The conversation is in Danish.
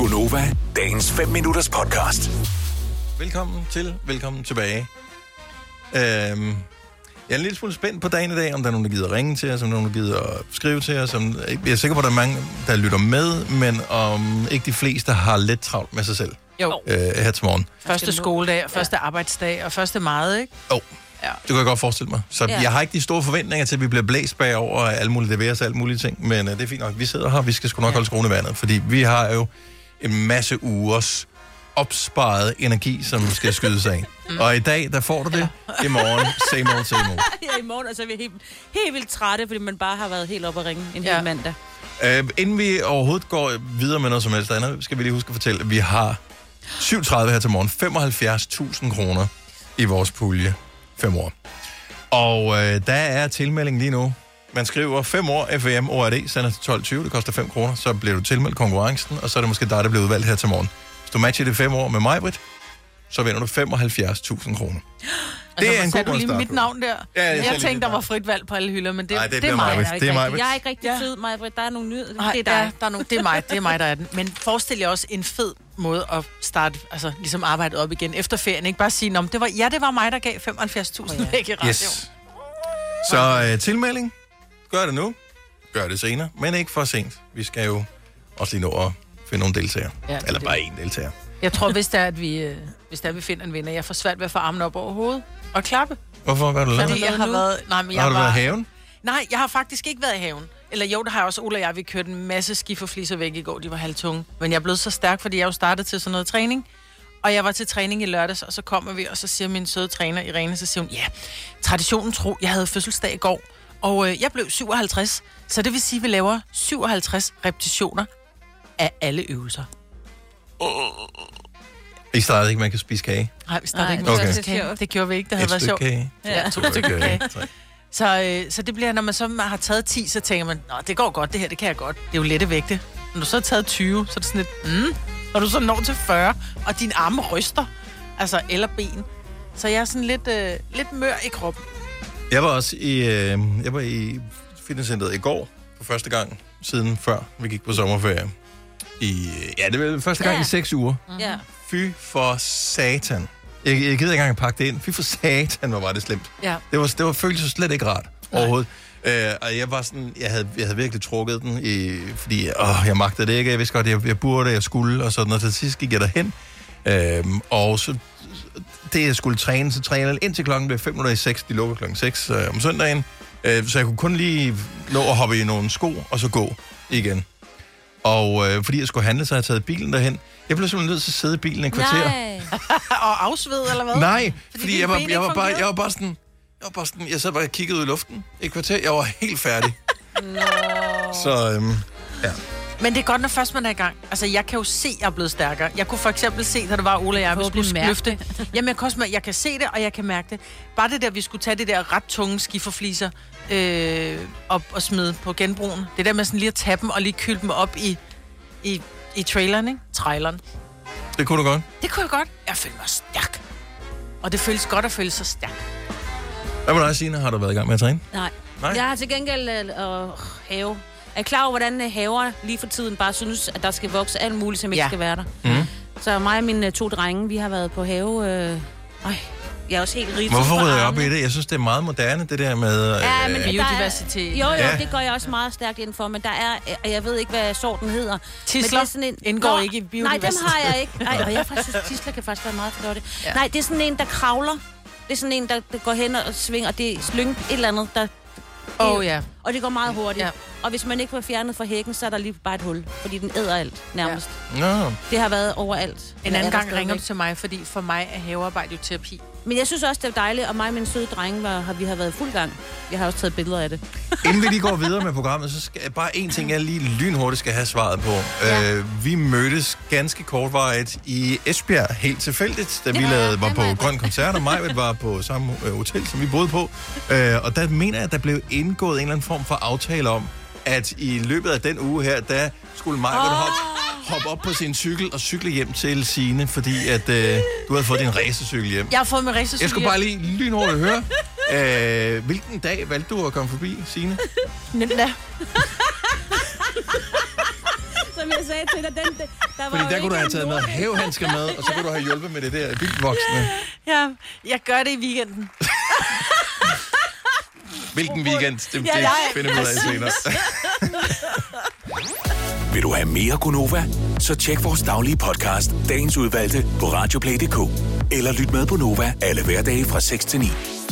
Gonova, dagens 5 minutters podcast. Velkommen tilbage. Jeg er en lille smule spændt på dagen i dag, om der er nogen, der gider ringe til os, om der er nogen, der gider skrive til os. Jeg er sikker på, at der er mange, der lytter med, men om ikke de fleste har lidt travlt med sig selv her til morgen. Første skoledag, og første arbejdsdag, og første meget, ikke? Jo, det kan jeg godt forestille mig. Så jeg har ikke de store forventninger til, at vi bliver blæst bagover alle mulige leveres alle mulige ting, men det er fint nok. Vi sidder her, vi skal sgu nok holde skruen i vandet, fordi vi har jo en masse ugers opsparet energi, som skal skydes af. Og i dag, der får du det. I morgen, same old. Ja, i morgen, og så er vi helt vildt trætte, fordi man bare har været helt oppe at ringe en hel mandag. Inden vi overhovedet går videre med noget som helst andet, skal vi lige huske at fortælle, at vi har 37 her til morgen, 75.000 kroner i vores pulje. 5 år. Og der er tilmelding lige nu. Man skriver 5 år FM ORD, sender til 12.20, det koster 5 kroner, så bliver du tilmeldt konkurrencen, og så er det måske dig, der bliver udvalgt her til morgen. Hvis du matcher det 5 år med mig, Britt, så vinder du 75.000 kroner. Det er en god du lige mit navn der? Ja, jeg tænkte, der var frit valg på alle hylder, men det er mig. Det er mig. Jeg er ikke rigtig fed, Maja. Der er nogle nyheder. Det er dig. Det er mig, der er den. Men forestil jer også en fed måde at starte, altså ligesom arbejdet op igen efter ferien. Ikke bare sige, det var mig, der gav 75.000 væk i radio. Yes. Så tilmelding. Gør det nu. Gør det senere, men ikke for sent. Vi skal jo også lige nå at finde nogle deltagere. Ja, eller bare én deltager. Jeg tror, hvis det er, at vi finder en vinder, jeg får svært ved at få armen op over hovedet og klappe. Hvorfor? Hvad har du lavet? Fordi jeg har været... Har du været i haven? Nej, jeg har faktisk ikke været i haven. Eller jo, der har jeg også. Ole og jeg, vi kørte en masse skiferfliser væk i går. De var halvtunge. Men jeg er blevet så stærk, fordi jeg jo startede til sådan noget træning. Og jeg var til træning i lørdags, og så kommer vi, og så siger min søde træner Irene, så siger hun, traditionen tro, jeg havde fødselsdag i går, og jeg blev 57. Så det vil sige, at vi laver 57 repetitioner af alle øvelser. I startede ikke, man kan spise kage? Nej, vi startede ikke med at spise kage. Det gjorde vi ikke, det havde været sjovt. Kage. Ja, 2 stykker kage. Så det bliver, når man så har taget 10, så tænker man, det går godt, det her, det kan jeg godt. Det er jo lette vægte. Når du så har taget 20, så er det sådan lidt, når du så når til 40, og dine arme ryster, altså, eller ben. Så jeg er sådan lidt mør i kroppen. Jeg var også i fitnesscenteret i går, for første gang siden før vi gik på sommerferie. Det var første gang i 6 uger. Ja. Fy for satan. Jeg gider ikke engang pakke det ind. Fy for satan, hvor var det slemt. Ja. Det var føltes slet ikke rart overhovedet. Og jeg var sådan, jeg havde virkelig trukket den, fordi jeg magtede det ikke. Jeg vidste godt, at jeg burde, jeg skulle, og sådan. Og til sidst gik jeg derhen. Og så det, jeg skulle træne, så trænede jeg indtil klokken blev 5:06. De lukker klokken 6 om søndagen. Så jeg kunne kun lige nå at hoppe i nogle sko, og så gå igen. Og fordi jeg skulle handle, så havde jeg taget bilen derhen. Jeg blev simpelthen nødt til at sidde i bilen en kvarter. Nej. Og afsved, eller hvad? Nej, fordi jeg var bare sådan... Jeg sad bare og kiggede ud i luften i et kvarter. Jeg var helt færdig. Så, ja. Men det er godt, når først man er i gang. Altså, jeg kan jo se, at jeg er blevet stærkere. Jeg kunne for eksempel se, da det var Ole og jeg, vi skulle løfte. Jamen, jeg kan se det, og jeg kan mærke det. Bare det der, vi skulle tage det der ret tunge skiferfliser op og smide på genbrugen. Det der med sådan lige at tage dem og lige kylde dem op i traileren, ikke? Traileren. Det kunne du godt? Det kunne jeg godt. Jeg følte mig stærk. Og det føles godt at føle sig stærk. Hvad med dig, Signe? Har du været i gang med at træne? Nej. Jeg har til gengæld have. Er I klar over, hvordan haver lige for tiden bare synes, at der skal vokse alt muligt, som ikke skal være der? Så mig og mine 2 drenge, vi har været på have. Jeg er også helt rigtig. Hvorfor rydder jeg op i det? Jeg synes, det er meget moderne, det der med... men biodiversitet. Jo, det går jeg også meget stærkt ind for, men der er... Jeg ved ikke, hvad sorten hedder. Tisler indgår ikke i biodiversitet. Nej, dem har jeg ikke. Nej, og jeg synes, tisler kan faktisk være meget flotte. Ja. Nej, det er sådan en, der kravler. Det er sådan en, der går hen og svinger, og det er slynge et eller andet, der... Og det går meget hurtigt. Ja. Og hvis man ikke får fjernet fra hækken, så er der lige bare et hul, fordi den æder alt nærmest. Ja. Det har været overalt. En anden gang ringer du til mig, fordi for mig er havearbejde jo terapi. Men jeg synes også, det er dejligt, og mig og min søde drenge, vi har været fuld gang. Jeg har også taget billeder af det. Inden vi lige går videre med programmet, så skal bare én ting, jeg lige lynhurtigt skal have svaret på. Ja. Vi mødtes ganske kortvarigt i Esbjerg, helt tilfældigt, da vi var på Grøn Koncert, og Majved var på samme hotel, som vi boede på. Og der mener jeg, at der blev indgået en eller anden form for aftale om, at i løbet af den uge her, der skulle Majved hoppe op på sin cykel og cykle hjem til Signe, fordi at du havde fået din racercykel hjem. Jeg har fået min racercykel. Jeg skulle bare lige lynhurtigt høre. Hvilken dag valgte du at komme forbi, Signe? Nænda. Som jeg sagde til dig. Fordi der kunne du have taget noget hævhandsker med, og så kunne du have hjulpet med det der vildvoksne. Ja, jeg gør det i weekenden. Hvilken weekend? Det finder vi ud af senere. Vil du have mere Gunova? Så tjek vores daglige podcast, dagens udvalgte, på radioplay.dk. Eller lyt med på Nova alle hverdage fra 6 til 9.